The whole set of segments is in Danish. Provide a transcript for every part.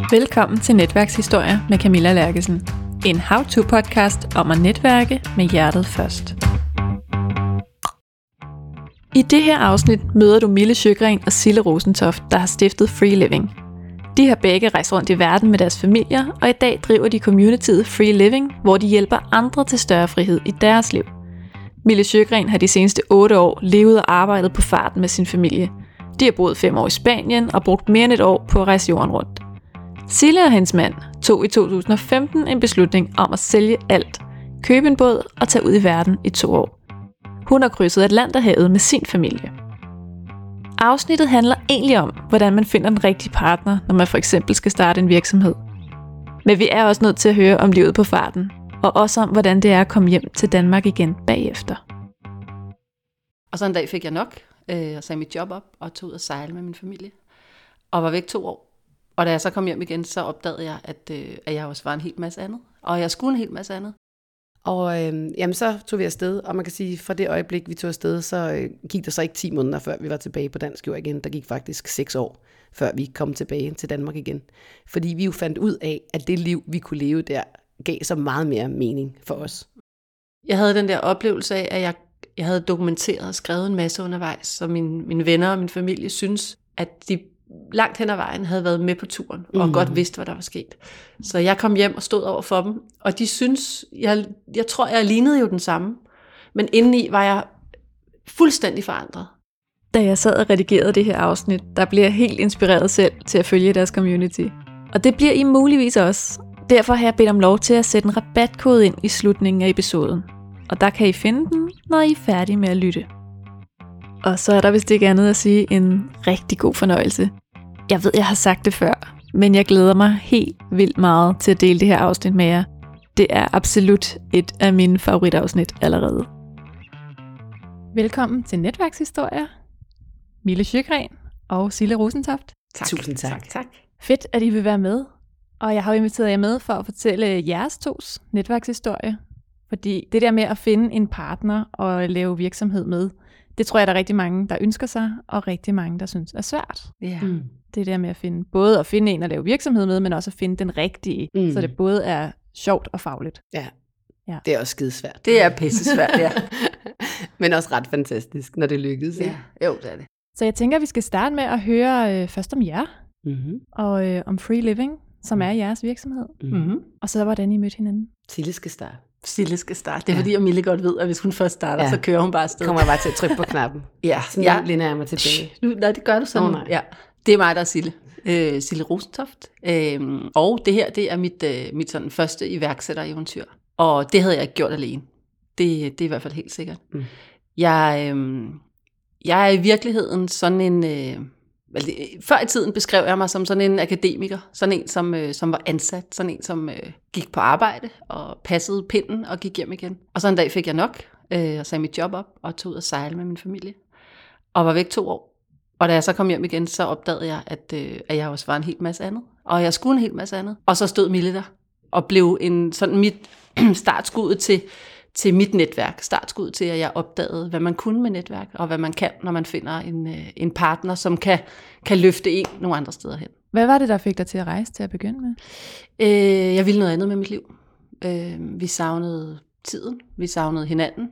Velkommen til Netværkshistorier med Camilla Lerkesen. En how-to-podcast om at netværke med hjertet først. I det her afsnit møder du Mille Sjögren og Sille Rosentoft, der har stiftet Free Living. De har begge rejst rundt i verden med deres familier, og i dag driver de communityet Free Living, hvor de hjælper andre til større frihed i deres liv. Mille Sjögren har de seneste 8 år levet og arbejdet på farten med sin familie. De har boet 5 år i Spanien og brugt mere end et år på at rejse jorden rundt. Sille og hendes mand tog i 2015 en beslutning om at sælge alt, købe en båd og tage ud i verden i 2 år. Hun har krydset Atlanterhavet med sin familie. Afsnittet handler egentlig om, hvordan man finder den rigtige partner, når man for eksempel skal starte en virksomhed. Men vi er også nødt til at høre om livet på farten, og også om, hvordan det er at komme hjem til Danmark igen bagefter. Og så en dag fik jeg nok, og sagde mit job op, og tog ud og sejle med min familie, og var væk 2 år. Og da jeg så kom hjem igen, så opdagede jeg, at jeg også var en hel masse andet, og jeg skulle en hel masse andet. Og jamen, så tog vi afsted, og man kan sige, fra det øjeblik, vi tog afsted, så gik der så ikke 10 måneder, før vi var tilbage på dansk jord igen. Der gik faktisk 6 år, før vi kom tilbage til Danmark igen. Fordi vi jo fandt ud af, at det liv, vi kunne leve der, gav så meget mere mening for os. Jeg havde den der oplevelse af, at jeg havde dokumenteret og skrevet en masse undervejs, så mine venner og min familie synes, at de langt hen ad vejen havde været med på turen, og godt vidste, hvad der var sket. Så jeg kom hjem og stod over for dem, og de synes, jeg tror, jeg lignede jo den samme, men indeni var jeg fuldstændig forandret. Da jeg sad og redigerede det her afsnit, der blev jeg helt inspireret selv til at følge deres community. Og det bliver I muligvis også. Derfor har jeg bedt om lov til at sætte en rabatkode ind i slutningen af episoden. Og der kan I finde den, når I er færdige med at lytte. Og så er der vist ikke andet at sige en rigtig god fornøjelse. Jeg ved, jeg har sagt det før, men jeg glæder mig helt vildt meget til at dele det her afsnit med jer. Det er absolut et af mine favoritafsnit allerede. Velkommen til Netværkshistorier. Mille Sjögren og Sille Rosentoft. Tak. Tusind tak. Tak. Fedt, at I vil være med. Og jeg har inviteret jer med for at fortælle jeres tos netværkshistorie. Fordi det der med at finde en partner og lave virksomhed med, det tror jeg, der er rigtig mange, der ønsker sig, og rigtig mange, der synes er svært. Yeah. Det der med at finde, både at finde en at lave virksomhed med, men også at finde den rigtige, så det både er sjovt og fagligt. Ja, det er også skidesvært. Det er pissesvært, ja. Men også ret fantastisk, når det lykkes. Ja, jo, det er det. Så jeg tænker, at vi skal starte med at høre først om jer, og om Free Living, som er jeres virksomhed. Og så hvordan I mødte hinanden. Sille skal starte. Sille skal starte. Det er fordi, at Mille godt ved, at hvis hun først starter, så kører hun bare afsted. Kommer jeg bare til at trykke på knappen. Sådan læner jeg mig tilbage. Nej, det gør du sådan. Nej. Ja. Det er mig, der er Sille. Sille Rosentoft. Og det her, det er mit sådan første iværksætter-eventyr. Og det havde jeg ikke gjort alene. Det er i hvert fald helt sikkert. Jeg er i virkeligheden sådan en... Før i tiden beskrev jeg mig som sådan en akademiker, sådan en, som var ansat, sådan en, som gik på arbejde og passede pinden og gik hjem igen. Og så en dag fik jeg nok, og sagde mit job op og tog ud og sejle med min familie, og var væk 2 år. Og da jeg så kom hjem igen, så opdagede jeg, at jeg også var en hel masse andet, og jeg skulle en hel masse andet. Og så stod Mille der, og blev mit startskud til mit netværk, startskud til, at jeg opdagede, hvad man kunne med netværk, og hvad man kan, når man finder en partner, som kan løfte en nogle andre steder hen. Hvad var det, der fik dig til at rejse til at begynde med? Jeg ville noget andet med mit liv. Vi savnede tiden, vi savnede hinanden,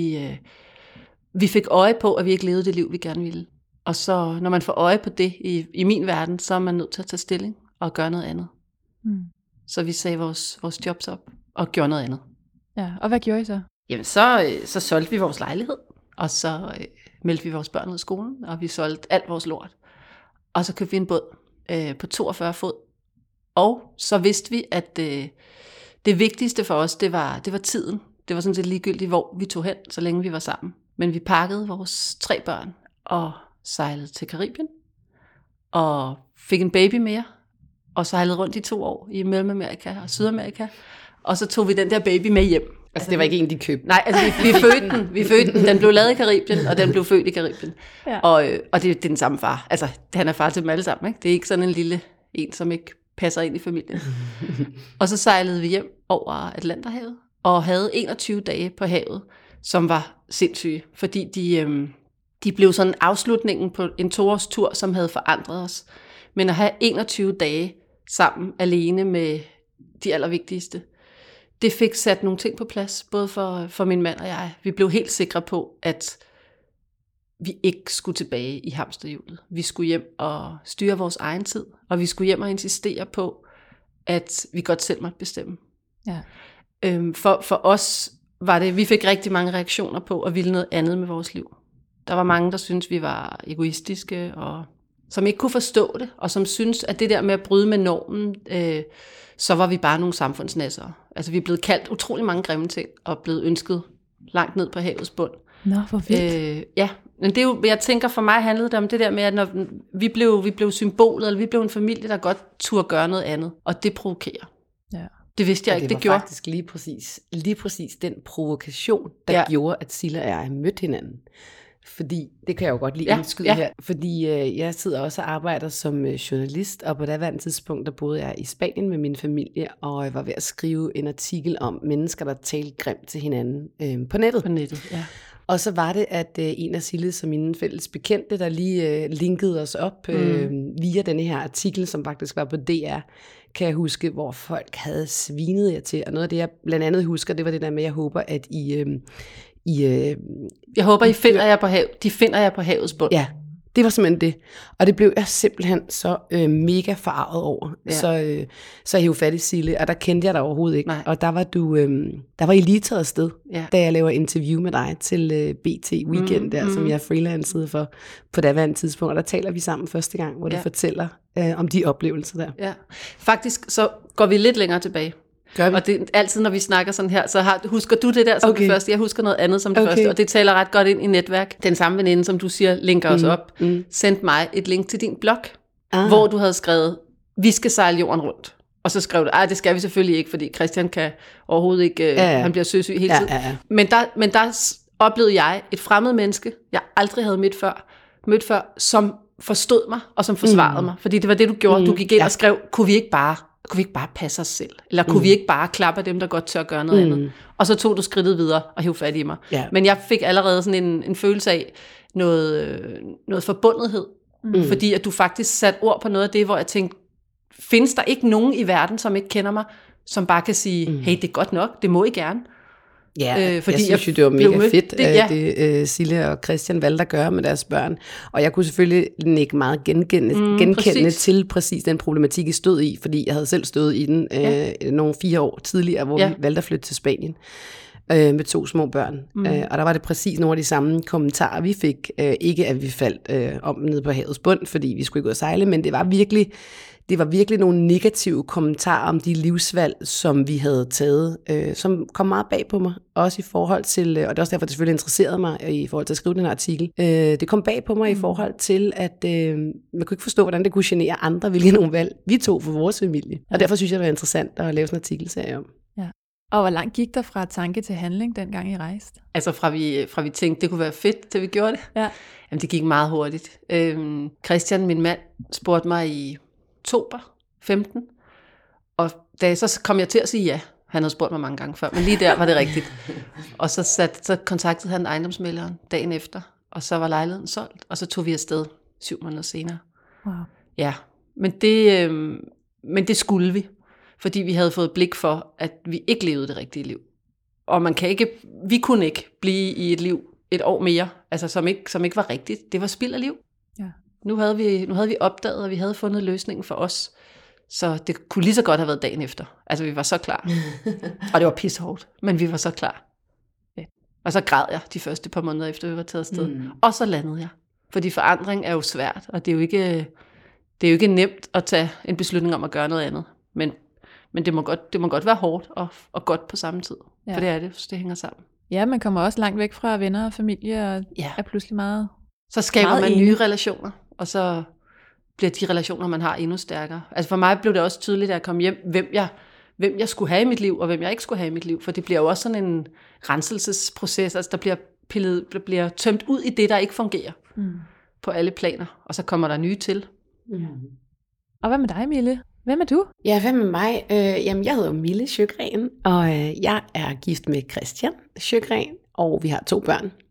vi fik øje på, at vi ikke levede det liv, vi gerne ville. Og så, når man får øje på det i min verden, så er man nødt til at tage stilling og gøre noget andet. Så vi sagde vores jobs op og gjorde noget andet. Ja, og hvad gjorde I så? Jamen, så solgte vi vores lejlighed, og så meldte vi vores børn ud af skolen, og vi solgte alt vores lort. Og så købte vi en båd på 42 fod. Og så vidste vi, at det vigtigste for os, det var tiden. Det var sådan set ligegyldigt, hvor vi tog hen, så længe vi var sammen. Men vi pakkede vores 3 børn og sejlede til Karibien, og fik en baby mere, og sejlede rundt i 2 år i Mellemamerika og Sydamerika. Og så tog vi den der baby med hjem. Altså det var ikke en, de købte? Nej, altså vi fødte den. Den blev lavet i Karibien, og den blev født i Karibien. Ja. Og det er den samme far. Altså, han er far til dem alle sammen, ikke? Det er ikke sådan en lille en, som ikke passer ind i familien. Og så sejlede vi hjem over Atlanterhavet, og havde 21 dage på havet, som var sindssyge, fordi de blev sådan afslutningen på en 2-års tur, som havde forandret os. Men at have 21 dage sammen alene med de allervigtigste. Det fik sat nogle ting på plads, både for min mand og jeg. Vi blev helt sikre på, at vi ikke skulle tilbage i hamsterhjulet. Vi skulle hjem og styre vores egen tid, og vi skulle hjem og insistere på, at vi godt selv måtte bestemme. Ja. For os var det, vi fik rigtig mange reaktioner på at ville noget andet med vores liv. Der var mange, der syntes, vi var egoistiske, og som ikke kunne forstå det, og som syntes, at det der med at bryde med normen, så var vi bare nogle samfundsnassere. Altså vi er blevet kaldt utrolig mange grimme ting, og blevet ønsket langt ned på havets bund. Nå, hvor vildt. Ja, men det er jo, jeg tænker for mig handlede det om det der med, at når vi blev symbolet, eller vi blev en familie, der godt turde gøre noget andet, og det provokerer. Ja. Det vidste jeg ikke, det gjorde. Det var faktisk lige præcis den provokation, der gjorde, at Sille og jeg mødte hinanden. Fordi, det kan jeg jo godt lige indskyde her, fordi jeg sidder også og arbejder som journalist, og på daværende tidspunkt, der boede jeg i Spanien med min familie, og jeg var ved at skrive en artikel om mennesker, der talte grimt til hinanden på nettet. På nettet, ja. Og så var det, at en af Silles som mine fælles bekendte, der lige linkede os op via denne her artikel, som faktisk var på DR, kan jeg huske, hvor folk havde svinet jer til. Og noget af det, jeg blandt andet husker, det var det der med, jeg håber, at jeg håber, I finder jer på havet. De finder jer på havets bund. Ja, det var simpelthen det. Og det blev jeg simpelthen så mega forarvet over. Ja. Så jeg hævde fat i Sille, og der kendte jeg dig overhovedet ikke. Nej. Og der var der var I lige taget afsted, da jeg laver interview med dig til BT Weekend, som jeg freelancede for på daværende tidspunkt. Og der taler vi sammen første gang, hvor du fortæller om de oplevelser der. Ja. Faktisk så går vi lidt længere tilbage. Og det, altid når vi snakker sådan her, så husker du det der som det første, jeg husker noget andet som det første, og det taler ret godt ind i netværk. Den samme veninde, som du siger, linker os op, sendte mig et link til din blog, hvor du havde skrevet, vi skal sejle jorden rundt. Og så skrev du, det skal vi selvfølgelig ikke, fordi Christian kan overhovedet ikke, han bliver søsyg hele tiden. Men der oplevede jeg et fremmed menneske, jeg aldrig havde mødt før, som forstod mig, og som forsvarede mig. Fordi det var det, du gjorde. Du gik ind og skrev, kunne vi ikke bare passe os selv? Eller kunne vi ikke bare klappe dem, der godt tør gøre noget andet? Og så tog du skridtet videre og hævde fat i mig. Ja. Men jeg fik allerede sådan en følelse af noget forbundethed. Fordi at du faktisk satte ord på noget af det, hvor jeg tænkte, findes der ikke nogen i verden, som ikke kender mig, som bare kan sige, hey, det er godt nok, det må I gerne. Ja, fordi jeg synes jo, det var mega fedt, det Sille og Christian valgte at gøre med deres børn. Og jeg kunne selvfølgelig ikke meget genkende til præcis den problematik, I stod i, fordi jeg havde selv stået i den nogle 4 år tidligere, hvor vi valgte at flytte til Spanien med 2 små børn. Og der var det præcis nogle af de samme kommentarer, vi fik. Ikke at vi faldt om ned på havets bund, fordi vi skulle ikke gå og sejle, men det var virkelig nogle negative kommentarer om de livsvalg, som vi havde taget, som kom meget bag på mig, også i forhold til, og det er også derfor, det selvfølgelig interesserede mig i forhold til at skrive den her artikel. Det kom bag på mig i forhold til, at man kunne ikke forstå, hvordan det kunne genere andre, hvilke nogle valg vi tog for vores familie. Og derfor synes jeg, det var interessant at lave sådan en artikelserie om. Ja. Og hvor langt gik der fra tanke til handling, dengang I rejste? Altså fra vi tænkte, det kunne være fedt, til vi gjorde det? Ja. Jamen, det gik meget hurtigt. Christian, min mand, spurgte mig i oktober 15, og så kom jeg til at sige ja. Han havde spurgt mig mange gange før, men lige der var det rigtigt. Og så kontaktede han ejendomsmægleren dagen efter, og så var lejligheden solgt, og så tog vi afsted 7 måneder senere. Wow. Ja, men det skulle vi, fordi vi havde fået blik for, at vi ikke levede det rigtige liv. Og vi kunne ikke blive i et liv et år mere, altså som ikke var rigtigt. Det var spild af liv. Ja. Nu havde vi opdaget, og vi havde fundet løsningen for os. Så det kunne lige så godt have været dagen efter. Altså, vi var så klar. Og det var pissehårdt, men vi var så klar. Ja. Og så græd jeg de første par måneder efter, vi var taget afsted. Og så landede jeg. Fordi forandring er jo svært, og det er jo ikke nemt at tage en beslutning om at gøre noget andet. Men det må godt være hårdt og godt på samme tid. Ja. For det er det, så det hænger sammen. Ja, man kommer også langt væk fra venner og familie, og er pludselig meget. Så skaber man nye relationer, og så bliver de relationer, man har, endnu stærkere. Altså for mig blev det også tydeligt, at jeg kom hjem, hvem jeg skulle have i mit liv, og hvem jeg ikke skulle have i mit liv. For det bliver jo også sådan en renselsesproces, altså der bliver tømt ud i det, der ikke fungerer på alle planer. Og så kommer der nye til. Og hvad med dig, Mille? Hvem er du? Ja, hvad med mig? Jamen, jeg hedder Mille Sjögren, og jeg er gift med Christian Sjögren, og vi har 2 børn.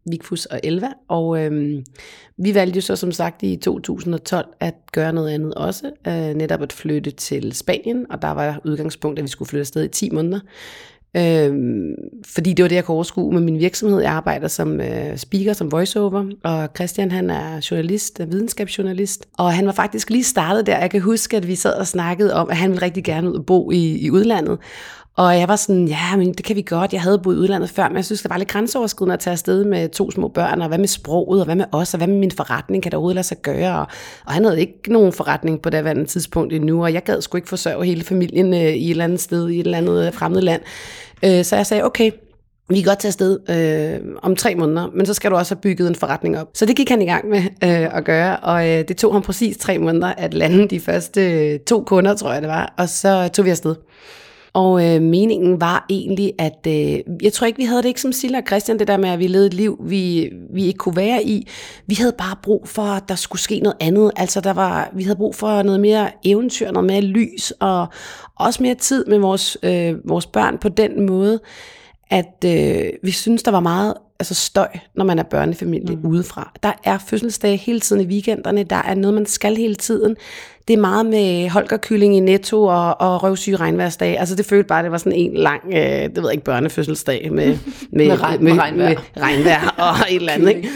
Vigfus og Elva, og vi valgte jo så som sagt i 2012 at gøre noget andet også, netop at flytte til Spanien, og der var udgangspunkt, at vi skulle flytte afsted i 10 måneder. Fordi det var det, jeg kunne overskue med min virksomhed. Jeg arbejder som speaker, som voiceover, og Christian han er journalist, videnskabsjournalist, og han var faktisk lige startet der. Jeg kan huske, at vi sad og snakkede om, at han ville rigtig gerne ud og bo i udlandet. Og jeg var sådan, ja, men det kan vi godt. Jeg havde boet i udlandet før, men jeg synes, det var lidt grænseoverskridende at tage afsted med 2 små børn, og hvad med sproget, og hvad med os, og hvad med min forretning, kan der overhovedet lade sig gøre? Og han havde ikke nogen forretning på det andet tidspunkt endnu, og jeg gad sgu ikke forsørge hele familien i et eller andet sted, i et eller andet fremmed land. Så jeg sagde, okay, vi kan godt tage afsted om 3 måneder, men så skal du også have bygget en forretning op. Så det gik han i gang med at gøre, og det tog ham præcis 3 måneder at lande de første 2 kunder, tror jeg det var, og så tog vi afsted. Og meningen var egentlig, at jeg tror ikke, vi havde det ikke som Silla og Christian, det der med, at vi levede et liv, vi ikke kunne være i. Vi havde bare brug for, at der skulle ske noget andet. Altså vi havde brug for noget mere eventyr, noget mere lys, og også mere tid med vores børn på den måde, at vi synes der var meget støj, når man er børnefamilie udefra. Der er fødselsdage hele tiden i weekenderne, der er noget, man skal hele tiden. Det er meget med Holger-kylling i Netto og røvsyge regnværsdag. Altså det følte bare, det var sådan en lang, det ved jeg ikke, børnefødselsdag med regnvejr og et eller andet. Ikke?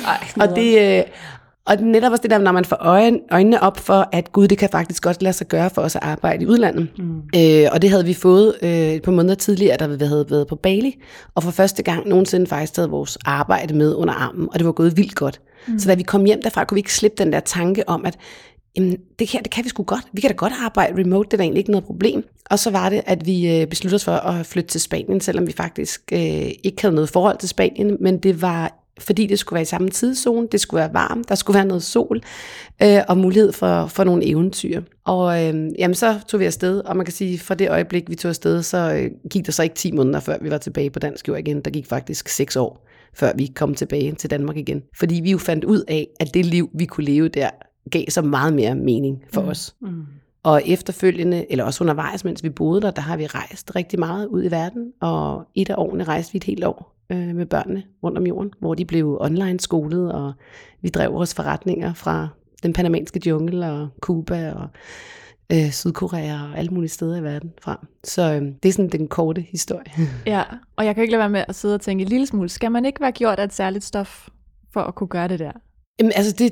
Og det er netop også det der, når man får øjnene op for, at gud, det kan faktisk godt lade sig gøre for os at arbejde i udlandet. Og det havde vi fået et par måneder tidligere, da vi havde været på Bali, og for første gang nogensinde faktisk taget vores arbejde med under armen, og det var gået vildt godt. Så da vi kom hjem derfra, kunne vi ikke slippe den der tanke om, at jamen, det kan vi sgu godt. Vi kan da godt arbejde remote, det er da egentlig ikke noget problem. Og så var det, at vi besluttede os for at flytte til Spanien, selvom vi faktisk ikke havde noget forhold til Spanien, men det var fordi det skulle være i samme tidszone, det skulle være varmt, der skulle være noget sol, og mulighed for nogle eventyr. Og jamen, så tog vi afsted, og man kan sige, fra det øjeblik, vi tog afsted, så gik der så ikke 10 måneder, før vi var tilbage på dansk jord igen. Der gik faktisk 6 år, før vi kom tilbage til Danmark igen. Fordi vi jo fandt ud af, at det liv, vi kunne leve der, gav så meget mere mening for os. Og efterfølgende, eller også undervejs, mens vi boede der har vi rejst rigtig meget ud i verden, og et af årene rejste vi et helt år med børnene rundt om jorden, hvor de blev online skolet, og vi drev vores forretninger fra den panamanske jungle og Cuba og Sydkorea og alle mulige steder i verden fra. Så det er sådan den korte historie. Ja, og jeg kan ikke lade være med at sidde og tænke en lille smule, skal man ikke være gjort af et særligt stof for at kunne gøre det der? Jamen altså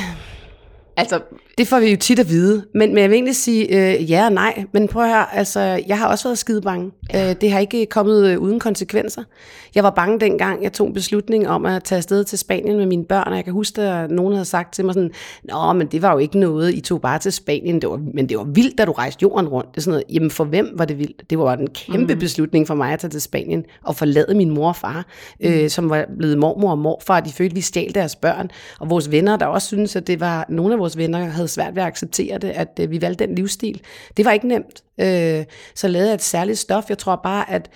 det får vi jo tit at vide, men jeg vil egentlig sige ja og nej, men prøv at høre, altså jeg har også været skide bange. Det har ikke kommet uden konsekvenser. Jeg var bange dengang, jeg tog en beslutning om at tage afsted til Spanien med mine børn, og jeg kan huske, at nogen havde sagt til mig sådan, nå, men det var jo ikke noget, I tog bare til Spanien, men det var vildt, da du rejste jorden rundt. Det er sådan noget, jamen for hvem var det vildt? Det var en kæmpe beslutning for mig at tage til Spanien og forlade min mor og far, som var blevet mormor og morfar, de følte, vi stjal deres børn, og vores venner, der også synes, at det var, nogle af vores venner havde svært ved at acceptere det, at vi valgte den livsstil. Det var ikke nemt. Så lavede jeg et særligt stof. Jeg tror bare, at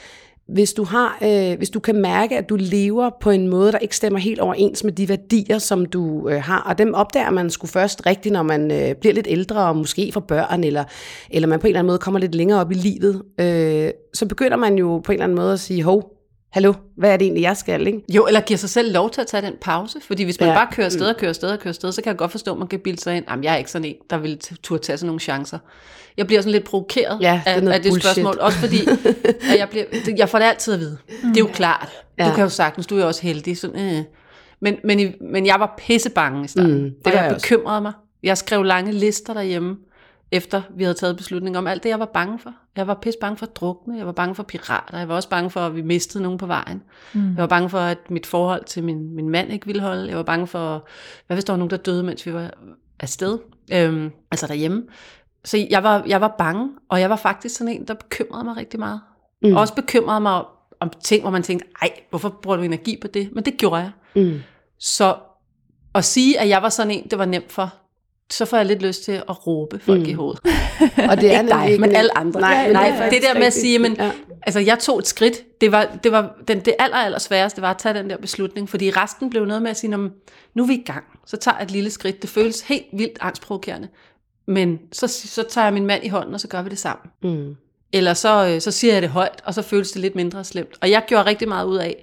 hvis du kan mærke, at du lever på en måde, der ikke stemmer helt overens med de værdier, som du har, og dem opdager man sgu først rigtigt, når man bliver lidt ældre, og måske får børn, eller man på en eller anden måde kommer lidt længere op i livet, så begynder man jo på en eller anden måde at sige, hov, hallo, hvad er det egentlig, jeg skal, ikke? Jo, eller giver sig selv lov til at tage den pause, fordi hvis man bare kører afsted, så kan jeg godt forstå, at man kan bilde sig ind, jamen jeg er ikke sådan en, der vil turde tage sådan nogle chancer. Jeg bliver sådan lidt provokeret af det spørgsmål, også fordi, at jeg får det altid at vide. Det er jo klart. Du kan jo sagtens, du er jo også heldig. Sådan, Men jeg var pissebange i starten, og jeg bekymrede mig. Jeg skrev lange lister derhjemme, efter vi havde taget beslutning om alt det, jeg var bange for. Jeg var pisse bange for at drukne, jeg var bange for pirater, jeg var også bange for, at vi mistede nogen på vejen. Jeg var bange for, at mit forhold til min mand ikke ville holde. Jeg var bange for, hvad hvis der var nogen, der døde, mens vi var afsted, altså derhjemme. Så jeg var bange, og jeg var faktisk sådan en, der bekymrede mig rigtig meget. Også bekymrede mig om ting, hvor man tænkte, ej, hvorfor bruger du energi på det? Men det gjorde jeg. Så at sige, at jeg var sådan en, det var nemt for, så får jeg lidt lyst til at råbe folk i hovedet. Og det er ikke dig, men alle andre. Nej, det der med at sige, men altså jeg tog et skridt. Det var det aller sværeste var at tage den der beslutning, fordi resten blev noget med at sige, nu er vi i gang. Så tager jeg et lille skridt. Det føles helt vildt angstprovokerende. Men så tager jeg min mand i hånden, og så gør vi det sammen. Eller så siger jeg det højt, og så føles det lidt mindre slemt. Og jeg gjorde rigtig meget ud af,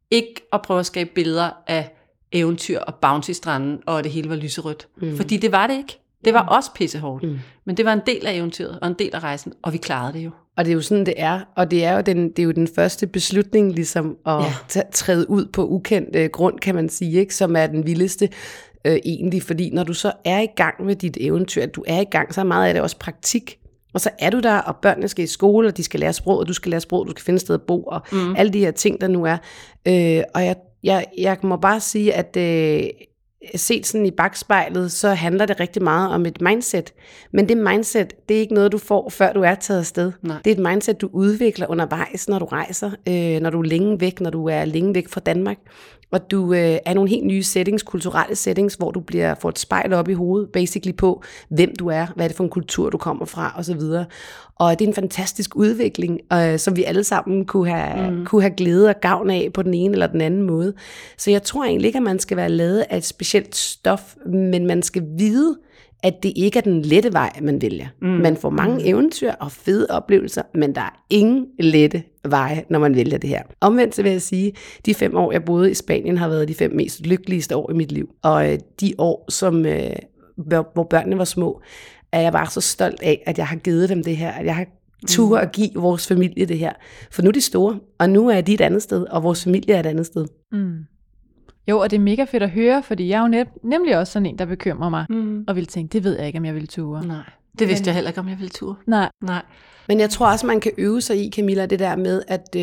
ikke at prøve at skabe billeder af eventyr og bounty-stranden, og det hele var lyserødt. Fordi det var det ikke. Det var også pissehårdt. Men det var en del af eventyret, og en del af rejsen, og vi klarede det jo. Og det er jo sådan, det er. Og det er jo den første beslutning, ligesom at træde ud på ukendt grund, kan man sige, ikke? Som er den vildeste egentlig. Fordi når du så er i gang med dit eventyr, at du er i gang, så er meget af det også praktik. Og så er du der, og børnene skal i skole, og de skal lære sprog, og du skal lære sprog, du skal finde et sted at bo, og alle de her ting, der nu er. Og jeg må bare sige, at set sådan i bagspejlet, så handler det rigtig meget om et mindset. Men det mindset, det er ikke noget, du får, før du er taget afsted. Nej. Det er et mindset, du udvikler undervejs, når du rejser, når du er længe væk, når du er længe væk fra Danmark. Og du er nogle helt nye settings, kulturelle settings, hvor du får et spejl op i hovedet, basically på, hvem du er, hvad er det for en kultur, du kommer fra, osv. Og det er en fantastisk udvikling, som vi alle sammen kunne have glæde og gavn af på den ene eller den anden måde. Så jeg tror egentlig ikke, at man skal være lavet af et specielt stof, men man skal vide, at det ikke er den lette vej, man vælger. Man får mange eventyr og fede oplevelser, men der er ingen lette veje, når man vælger det her. Omvendt så vil jeg sige, de 5 år, jeg boede i Spanien, har været de 5 mest lykkeligste år i mit liv. Og de år, hvor børnene var små, er jeg bare så stolt af, at jeg har givet dem det her, at jeg har tur at give vores familie det her. For nu er de store, og nu er de et andet sted, og vores familie er et andet sted. Jo, og det er mega fedt at høre, fordi jeg er jo nemlig også sådan en, der bekymrer mig, og vil tænke, det ved jeg ikke, om jeg vil ture. Nej, det vidste jeg heller ikke, om jeg ville ture. Nej. Men jeg tror også, man kan øve sig i, Camilla, det der med, at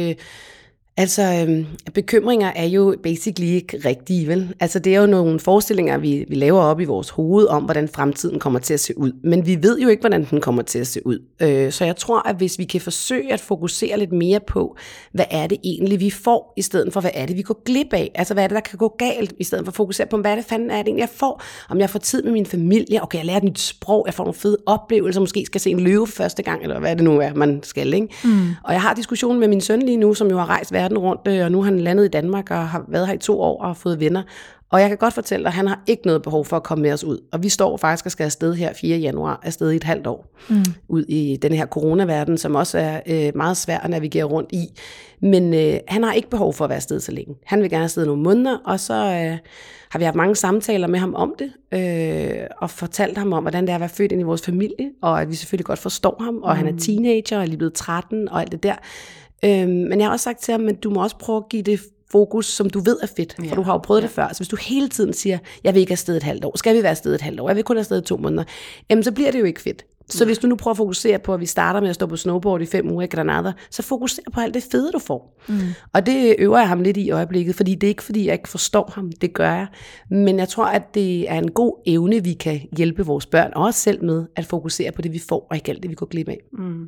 bekymringer er jo basically ikke rigtige, vel? Altså det er jo nogle forestillinger, vi laver op i vores hoved om, hvordan fremtiden kommer til at se ud. Men vi ved jo ikke, hvordan den kommer til at se ud. Så jeg tror, at hvis vi kan forsøge at fokusere lidt mere på, hvad er det egentlig, vi får, i stedet for, hvad er det, vi går glip af? Altså hvad er det, der kan gå galt, i stedet for at fokusere på, hvad er det fanden er det egentlig, jeg får? Om jeg får tid med min familie, okay, jeg lærer et nyt sprog, jeg får nogle fede oplevelser, måske skal se en løve for første gang, eller hvad det nu er, man skal, ikke? Og jeg har diskussionen med min søn lige nu, som jo har rejst verden rundt, og nu har han landet i Danmark og har været her i 2 år og har fået venner. Og jeg kan godt fortælle dig, at han har ikke noget behov for at komme med os ud. Og vi står faktisk og skal afsted her 4. januar, afsted i et halvt år, ud i den her coronaverden, som også er meget svær at navigere rundt i. Men han har ikke behov for at være afsted så længe. Han vil gerne afsted nogle måneder, og så har vi haft mange samtaler med ham om det, og fortalt ham om, hvordan det er at være født ind i vores familie, og at vi selvfølgelig godt forstår ham, og han er teenager, og er lige blevet 13, og alt det der. Men jeg har også sagt til ham, at du må også prøve at give det fokus, som du ved er fedt, for du har jo prøvet det før. Så hvis du hele tiden siger, jeg vil ikke afsted et halvt år, skal vi være afsted et halvt år, jeg vil kun afsted i 2 måneder, jamen så bliver det jo ikke fedt. Så hvis du nu prøver at fokusere på, at vi starter med at stå på snowboard i 5 uger i Granada, så fokuser på alt det fede, du får. Og det øver jeg ham lidt i øjeblikket, fordi det er ikke, fordi jeg ikke forstår ham, det gør jeg. Men jeg tror, at det er en god evne, vi kan hjælpe vores børn, og os selv med, at fokusere på det, vi får, og ikke alt det, vi går glip af.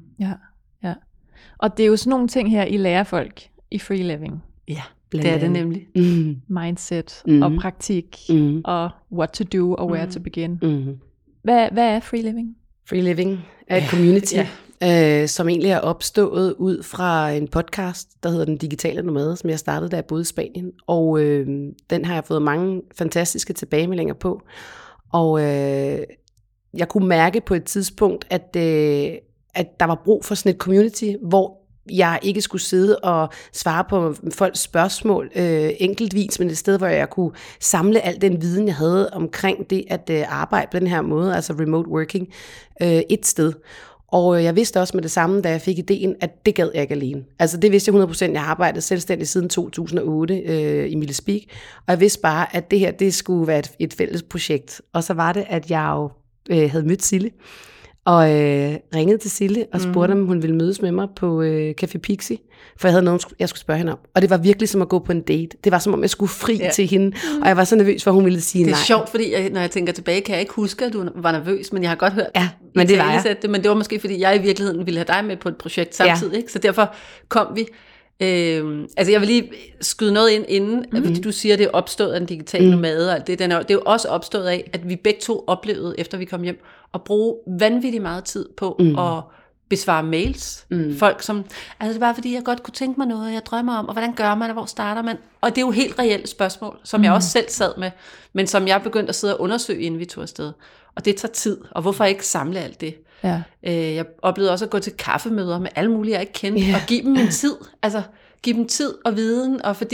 Ja. Og det er jo sådan nogle ting her, I lærer folk i free living. Ja, det er det nemlig. Mindset og praktik og what to do og where to begin. Hvad er free living? Free living er et community, som egentlig er opstået ud fra en podcast, der hedder Den Digitale Nomade, som jeg startede, da jeg boede i Spanien. Og den har jeg fået mange fantastiske tilbagemeldinger på. Og jeg kunne mærke på et tidspunkt, at der var brug for sådan et community, hvor jeg ikke skulle sidde og svare på folks spørgsmål enkeltvis, men et sted, hvor jeg kunne samle al den viden, jeg havde omkring det at arbejde på den her måde, altså remote working, et sted. Og jeg vidste også med det samme, da jeg fik ideen, at det gad jeg ikke alene. Altså det vidste jeg 100%. Jeg har arbejdet selvstændigt siden 2008 i Mille Speak, og jeg vidste bare, at det her, det skulle være et fælles projekt. Og så var det, at jeg jo havde mødt Sille, og ringede til Sille og spurgte, om hun ville mødes med mig på Café Pixie, for jeg havde noget, jeg skulle spørge hende om. Og det var virkelig som at gå på en date. Det var som om, jeg skulle fri til hende, og jeg var så nervøs for, at hun ville sige nej. Det er sjovt, fordi når jeg tænker tilbage, kan jeg ikke huske, at du var nervøs, men jeg har godt hørt men det var jeg. Men det var måske, fordi jeg i virkeligheden ville have dig med på et projekt samtidig, ikke? Så derfor kom vi. Altså jeg vil lige skyde noget ind inden, fordi du siger, at det er opstået af den digitale nomade, og det er jo også opstået af, at vi begge to oplevede, efter vi kom hjem, at bruge vanvittigt meget tid på at besvare mails. Folk som, altså det er bare fordi, jeg godt kunne tænke mig noget, jeg drømmer om, og hvordan gør man, og hvor starter man? Og det er jo helt reelle spørgsmål, som jeg også selv sad med, men som jeg begyndte at sidde og undersøge, inden vi tog afsted. Og det tager tid, og hvorfor ikke samle alt det? Ja. Jeg oplevede også at gå til kaffemøder med alle mulige, jeg ikke kendte, og give dem en tid, altså give dem tid og viden, og fordi at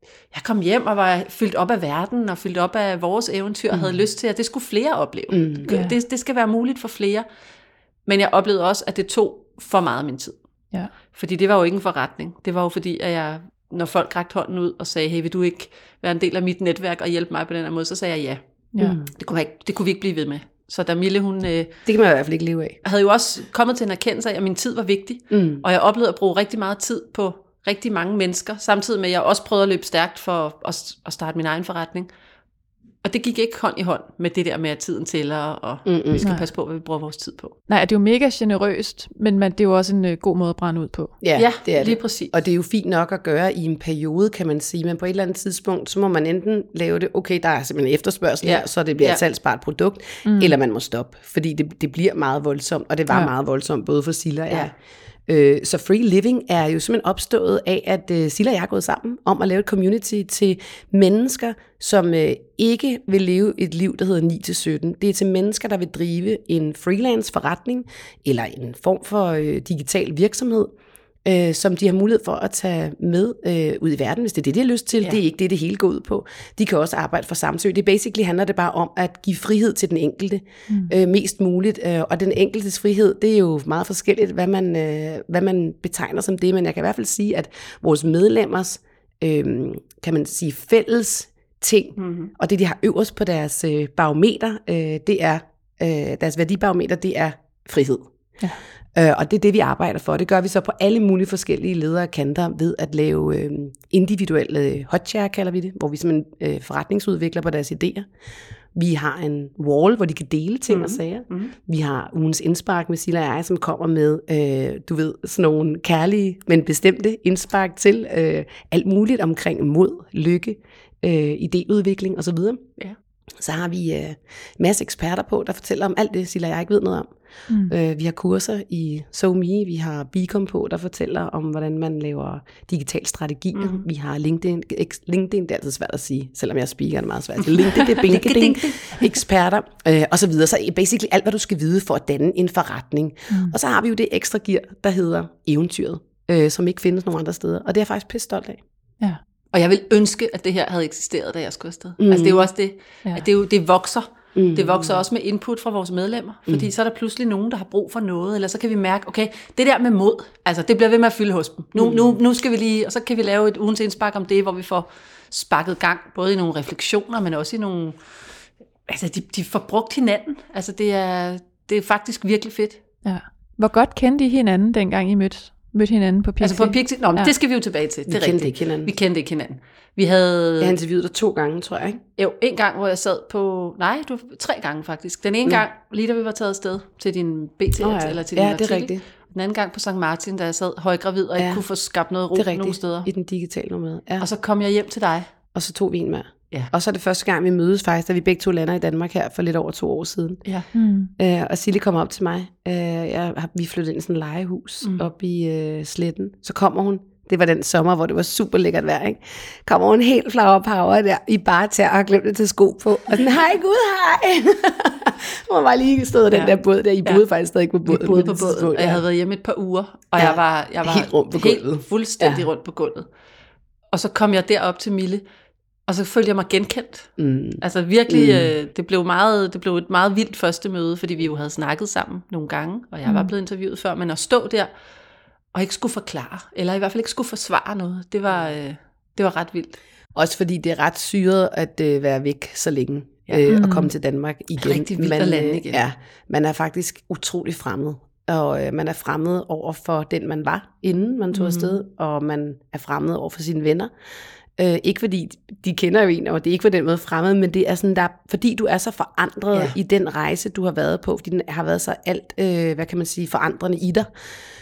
jeg kom hjem og var fyldt op af verden, og fyldt op af vores eventyr, og havde lyst til, at det skulle flere opleve. Det skal være muligt for flere. Men jeg oplevede også, at det tog for meget af min tid. Ja. Fordi det var jo ikke en forretning. Det var jo fordi, at jeg, når folk rakte hånden ud og sagde, hey, vil du ikke være en del af mit netværk og hjælpe mig på den her måde, så sagde jeg ja. Det kunne vi ikke blive ved med. Så da Mille, hun det kan man i hvert fald ikke leve af. havde jo også kommet til en erkendelse af, at min tid var vigtig. Og jeg oplevede at bruge rigtig meget tid på rigtig mange mennesker, samtidig med, at jeg også prøvede at løbe stærkt for at starte min egen forretning. Og det gik ikke hånd i hånd med det der med, at tiden tæller, og vi skal passe på, hvad vi bruger vores tid på. Nej, det er jo mega generøst, men det er jo også en god måde at brænde ud på. Ja, det er lige det. præcis. Og det er jo fint nok at gøre i en periode, kan man sige, men på et eller andet tidspunkt, så må man enten lave det, okay, der er simpelthen efterspørgsel her, så det bliver et salgsbart produkt, eller man må stoppe, fordi det bliver meget voldsomt, og det var meget voldsomt, både for Silla og jeg. Så Free Living er jo simpelthen opstået af, at Silla og jeg er gået sammen om at lave et community til mennesker, som ikke vil leve et liv, der hedder 9-17. Det er til mennesker, der vil drive en freelance forretning, eller en form for digital virksomhed, som de har mulighed for at tage med ud i verden, hvis det er det, de har lyst til. Ja. Det er ikke det hele går ud på. De kan også arbejde for Samsø. Det basically handler det bare om at give frihed til den enkelte mest muligt. Og den enkeltes frihed, det er jo meget forskelligt, hvad man betegner som det. Men jeg kan i hvert fald sige, at vores medlemmers, kan man sige, fælles ting, og det de har øverst på deres barometer, det er deres værdibarometer, det er frihed. Ja. Og det er det, vi arbejder for. Det gør vi så på alle mulige forskellige ledere kanter ved at lave individuelle hotshare, kalder vi det, hvor vi simpelthen forretningsudvikler på deres idéer. Vi har en wall, hvor de kan dele ting og sager. Vi har ugens indspark med Silla og jeg, som kommer med, sådan nogle kærlige, men bestemte indspark til alt muligt omkring mod, lykke, idéudvikling osv. Ja. Så har vi en masse eksperter på, der fortæller om alt det, Silla og jeg ikke ved noget om. Vi har kurser i SoMe, vi har Beacom på, der fortæller om, hvordan man laver digital strategi. Vi har LinkedIn, det er altid svært at sige, selvom jeg speaker, er det meget svært. LinkedIn, eksperter, og så videre. Så basically alt, hvad du skal vide for at danne en forretning. Og så har vi jo det ekstra gear, der hedder eventyret, som ikke findes nogen andre steder. Og det er jeg faktisk pisse stolt af. Ja. Og jeg vil ønske, at det her havde eksisteret, da jeg skulle afsted. Altså det er jo også det, at det vokser. Det vokser også med input fra vores medlemmer, fordi så er der pludselig nogen, der har brug for noget, eller så kan vi mærke, okay, det der med mod, altså det bliver ved med at fylde hos dem. Nu skal vi lige, og så kan vi lave et ugens indspark om det, hvor vi får sparket gang, både i nogle refleksioner, men også i nogle, altså de får brugt hinanden. Altså det er faktisk virkelig fedt. Ja. Hvor godt kendte I hinanden, dengang I mødte hinanden på Pixie? Altså på Pixie? Nå, men det skal vi jo tilbage til. Det er rigtigt. Vi kendte ikke hinanden. Jeg har interviewet dig 2 gange, tror jeg, ikke? Jo, en gang, hvor jeg sad på... Nej, 3 gange faktisk. Den ene gang, lige da vi var taget afsted til din BT, eller til din artikel. Det er rigtigt. Den anden gang på St. Martin, da jeg sad højgravid og ikke kunne få skabt noget ro nogen steder. I den digitale nomade. Ja. Og så kom jeg hjem til dig. Og så tog vi en med. Ja. Og så er det første gang, vi mødes faktisk, da vi begge 2 lander i Danmark her for lidt over 2 år siden. Ja. Og Sille kommer op til mig. Vi flyttede ind i sådan et legehus op i Sletten. Så kommer hun. Det var den sommer, hvor det var super lækkert vejr, ikke? Kommer hun helt flower power der i bare tær og har glemt det til sko på. Og sådan, hej Gud, hej! Hun var lige stået den der båd der. I boede faktisk stadig på båden. Vi boede på båden, og jeg havde været hjemme et par uger. Og jeg var helt rundt på gulvet. Helt fuldstændig rundt på gulvet. Og så kom jeg derop til Mille, og så følte jeg mig genkendt. Altså virkelig, det blev et meget vildt første møde, fordi vi jo havde snakket sammen nogle gange, og jeg var blevet interviewet før, men at stå der, og ikke skulle forklare, eller i hvert fald ikke skulle forsvare noget, det var ret vildt. Også fordi det er ret syret at være væk så længe, og komme til Danmark igen. Det er rigtig vildt at lande igen. Ja, man er faktisk utrolig fremmed, og man er fremmed over for den, man var, inden man tog afsted, og man er fremmed over for sine venner. Ikke fordi de kender jo en, og det er ikke på den måde fremmed, men det er sådan, fordi du er så forandret i den rejse, du har været på, fordi den har været så alt, hvad kan man sige, forandrende i dig,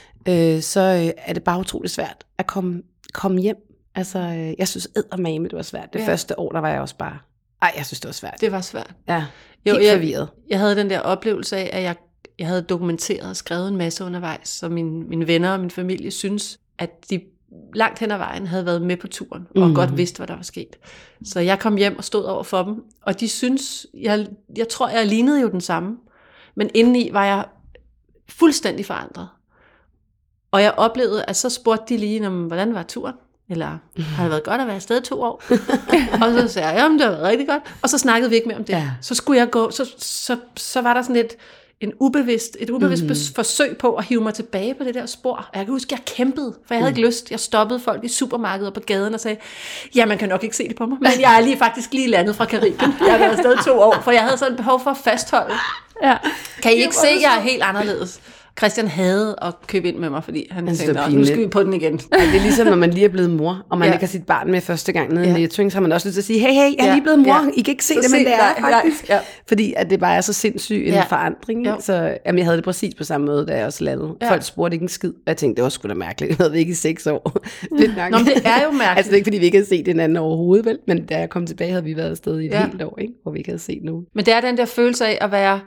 så er det bare utroligt svært at komme hjem. Altså, jeg synes eddermame, det var svært. Det første år, der var jeg også bare, jeg synes, det var svært. Det var svært. Ja, helt forvirret. Jeg havde den der oplevelse af, at jeg havde dokumenteret og skrevet en masse undervejs, så mine venner og min familie synes, at de langt hen ad vejen havde været med på turen, og godt vidste, hvad der var sket. Så jeg kom hjem og stod over for dem, og de synes, jeg tror, jeg lignede jo den samme, men indeni var jeg fuldstændig forandret. Og jeg oplevede, at så spurgte de lige, hvordan var turen? Eller har det været godt at være afsted 2 år? Og så sagde jeg, jamen det har været rigtig godt. Og så snakkede vi ikke mere om det. Så skulle jeg gå, så var der sådan et ubevidst forsøg på at hive mig tilbage på det der spor. Og jeg kan huske, jeg kæmpede, for jeg havde ikke lyst. Jeg stoppede folk i supermarkedet og på gaden og sagde, ja, man kan nok ikke se det på mig, men jeg er faktisk lige landet fra Karibien. Jeg har været afsted 2 år, for jeg havde sådan et behov for at fastholde. Ja. Kan I ikke se, at jeg er helt anderledes? Christian havde at købe ind med mig, fordi han tænkte, nu skal vi på den igen. Ja, det er ligesom, når man lige er blevet mor, og man ikke har sit barn med første gang nede i Netto, så har man også lyst til at sige, hey, jeg er lige blevet mor, I kan ikke se det, men det er faktisk. Ja. Fordi at det bare er så sindssygt en forandring. Så jeg havde det præcis på samme måde, da jeg også landede. Folk spurgte ikke en skid, og jeg tænkte, det var sgu da mærkeligt. Jeg havde ikke i 6 år. Nå, men det er jo mærkeligt. Altså det er ikke, fordi vi ikke havde set hinanden overhovedet, vel? Men da jeg kom tilbage, havde vi været afsted i et helt år, ikke? Hvor vi ikke havde set nogen. Men det er den der følelse af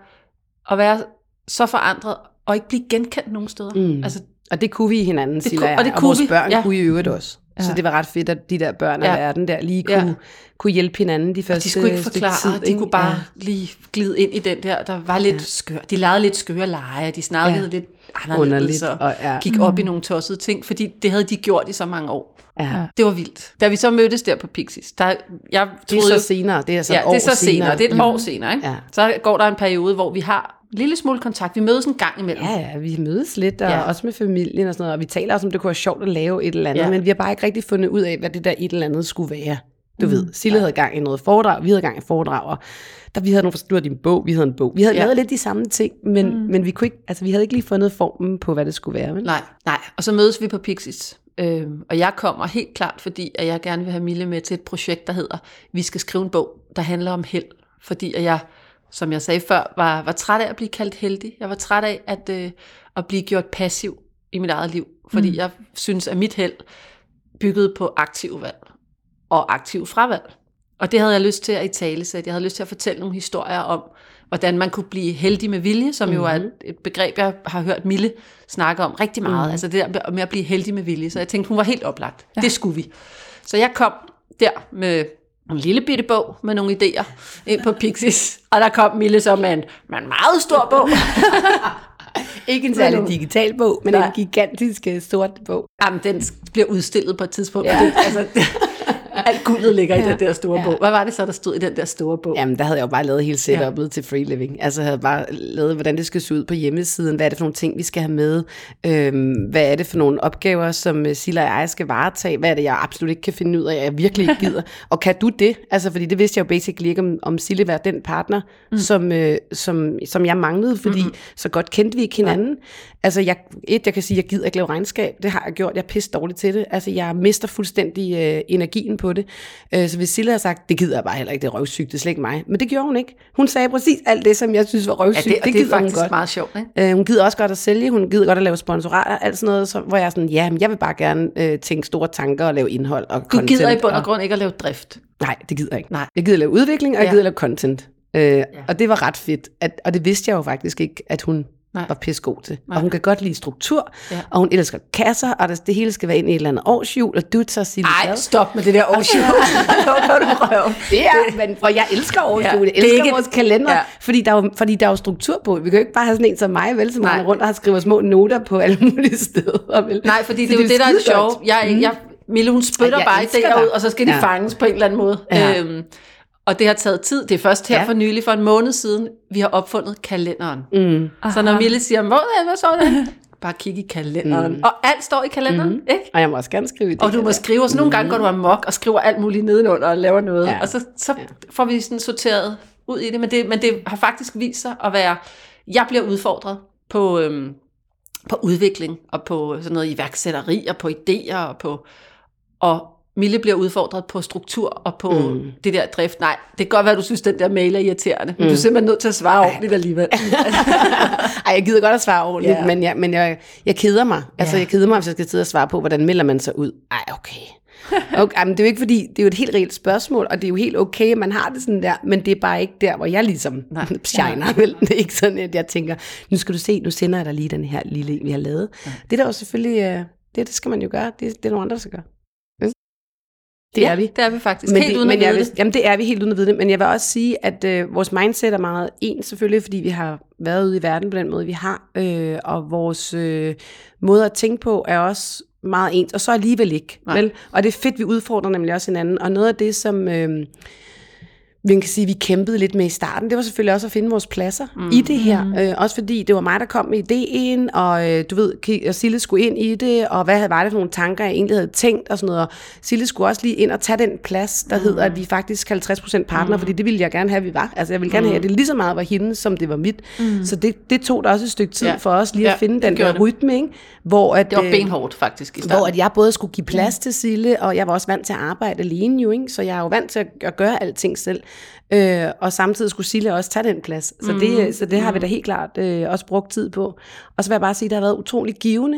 at være så forandret, og ikke blive genkendt nogen steder. Altså, og det kunne vi i hinanden, Silla og jeg. Og vores børn kunne i øvrigt også. Så det var ret fedt, at de der børn af verden der lige kunne hjælpe hinanden de første stykke tid. De skulle ikke forklare, de kunne bare lige glide ind i den der var lidt skør. De legede lidt skøre lege, de snakkede lidt anderledes og gik op i nogle tossede ting, fordi det havde de gjort i så mange år. Ja. Det var vildt. Da vi så mødtes der på Pixies, det er så senere, det er så et år senere. Det er et år senere, ikke? Ja. Så går der en periode, hvor vi har lille smule kontakt. Vi mødes en gang imellem. Ja, vi mødes lidt, og også med familien og sådan noget, og vi taler også om, det kunne være sjovt at lave et eller andet, men vi har bare ikke rigtig fundet ud af, hvad det der et eller andet skulle være. Du ved, Sille havde gang i noget foredrag, vi havde gang i foredrag, og vi havde du havde din bog, vi havde en bog. Vi havde lavet lidt de samme ting, men vi kunne ikke, altså vi havde ikke lige fundet formen på, hvad det skulle være. Men? Nej. Og så mødes vi på Pixies. Og jeg kommer helt klart, fordi at jeg gerne vil have Mille med til et projekt, der hedder, vi skal skrive en bog, der handler om held. Fordi at jeg, som jeg sagde før, var træt af at blive kaldt heldig. Jeg var træt af at blive gjort passiv i mit eget liv. Fordi jeg synes, at mit held byggede på aktiv valg og aktiv fravalg. Og det havde jeg lyst til at italesætte. Jeg havde lyst til at fortælle nogle historier om, hvordan man kunne blive heldig med vilje, som jo er et begreb, jeg har hørt Mille snakke om rigtig meget. Altså det der med at blive heldig med vilje. Så jeg tænkte, hun var helt oplagt. Ja. Det skulle vi. Så jeg kom der med en lille bitte bog med nogle idéer ind på Pixies. Og der kom Mille så med en meget stor bog. Ikke en særlig digital bog, men en gigantisk sort bog. Jamen, den bliver udstillet på et tidspunkt. Ja. Alt guldet ligger i den der store bog. Hvad var det så, der stod i den der store bog? Jamen, der havde jeg jo bare lavet hele setup'et til Free Living. Altså, jeg havde bare lavet, hvordan det skal se ud på hjemmesiden. Hvad er det for nogle ting, vi skal have med? Hvad er det for nogle opgaver, som Silla og jeg skal varetage? Hvad er det, jeg absolut ikke kan finde ud af, jeg virkelig ikke gider? Og kan du det? Altså, fordi det vidste jeg jo basically ikke, om Silla var den partner, som jeg manglede, fordi så godt kendte vi ikke hinanden. Altså, jeg kan sige, jeg gider ikke lave regnskab. Det har jeg gjort. Jeg er pisse dårlig til det. Altså, jeg mister fuldstændig energien på det. Så hvis Silla har sagt, det gider jeg bare heller ikke, det er røvsygt, det er slet ikke mig. Men det gjorde hun ikke. Hun sagde præcis alt det, som jeg synes var røvsygt. Ja, det er faktisk meget sjovt, ikke? Hun gider også godt at sælge, hun gider godt at lave sponsorater, alt sådan noget, hvor jeg er sådan, ja, men jeg vil bare gerne tænke store tanker og lave indhold og content. Du gider i bund og grund ikke at lave drift? Nej, det gider jeg ikke. Nej. Jeg gider lave udvikling, og jeg gider lave content. Og det var ret fedt. Og det vidste jeg jo faktisk ikke, at hun var pissegod til. Og hun kan godt lide struktur, og hun elsker kasser, og det hele skal være ind i et eller andet årshjul, og du tager Silla. Nej, stop med det der årshjul. Det er, men for jeg elsker årshjul, jeg elsker vores kalender, fordi der er jo struktur på. Vi kan jo ikke bare have sådan en som mig, vel, som render rundt og har skrevet små noter på alle mulige steder. Vel? Nej, fordi det er jo det, der er sjovt. Mille, hun spytter bare idéer ud, og så skal de fanges på en eller anden måde. Ja. Og det har taget tid. Det er først her for nylig, for en måned siden, vi har opfundet kalenderen. Så når Mille siger, hvad så det? Bare kig i kalenderen. Og alt står i kalenderen, ikke? Og jeg må også gerne skrive det. Og du må skrive, og så nogle gange går du amok og skriver alt muligt nedenunder og laver noget. Ja. Og så får vi sådan sorteret ud i det. Men det har faktisk vist sig at være, jeg bliver udfordret på udvikling, og på sådan noget iværksætteri, og på idéer, og Mille bliver udfordret på struktur og på det der drift. Nej, det kan godt være, at du synes, den der mail er irriterende, men du er simpelthen nødt til at svare ordentligt alligevel. Ej, jeg gider godt at svare ordentligt, men jeg keder mig. Altså, jeg keder mig, hvis jeg skal sidde og svare på, hvordan melder man sig ud. Ej, okay. Men det er jo ikke fordi, det er jo et helt reelt spørgsmål, og det er jo helt okay, at man har det sådan der, men det er bare ikke der, hvor jeg ligesom shiner, vel? Det er ikke sådan, at jeg tænker, nu skal du se, nu sender jeg dig lige den her lille, vi har lavet. Det er der jo selvfølgelig, det skal man jo gøre, det er nogle andre, der skal gøre. Det er vi. Det er vi faktisk. Helt uden at vide det. Jamen det er vi helt uden at vide det, men jeg vil også sige, at vores mindset er meget ens selvfølgelig, fordi vi har været ude i verden på den måde, vi har, og vores måde at tænke på er også meget ens, og så alligevel ikke. Vel? Og det er fedt, vi udfordrer nemlig også hinanden. Og noget af det, som vi kan sige, vi kæmpede lidt med i starten, det var selvfølgelig også at finde vores pladser i det her. Også fordi det var mig, der kom med idéen, og du ved, Sille skulle ind i det, og hvad var det for nogle tanker, jeg egentlig havde tænkt, og sådan noget. Og Sille skulle også lige ind og tage den plads, der hedder, at vi faktisk 50% partner, fordi det ville jeg gerne have, at vi var. Altså jeg ville gerne have, at det lige så meget var hende, som det var mit. Så det tog da også et stykke tid for os lige at finde den der rytme, ikke? Hvor at, det var benhårdt faktisk i starten. Hvor at jeg både skulle give plads til Sille, og jeg var også vant til at arbejde alene jo, ikke? Så jeg er jo vant til at gøre alting selv. Og samtidig skulle Sille også tage den plads. Så det har vi da helt klart også brugt tid på. Og så vil jeg bare sige, at det har været utroligt givende,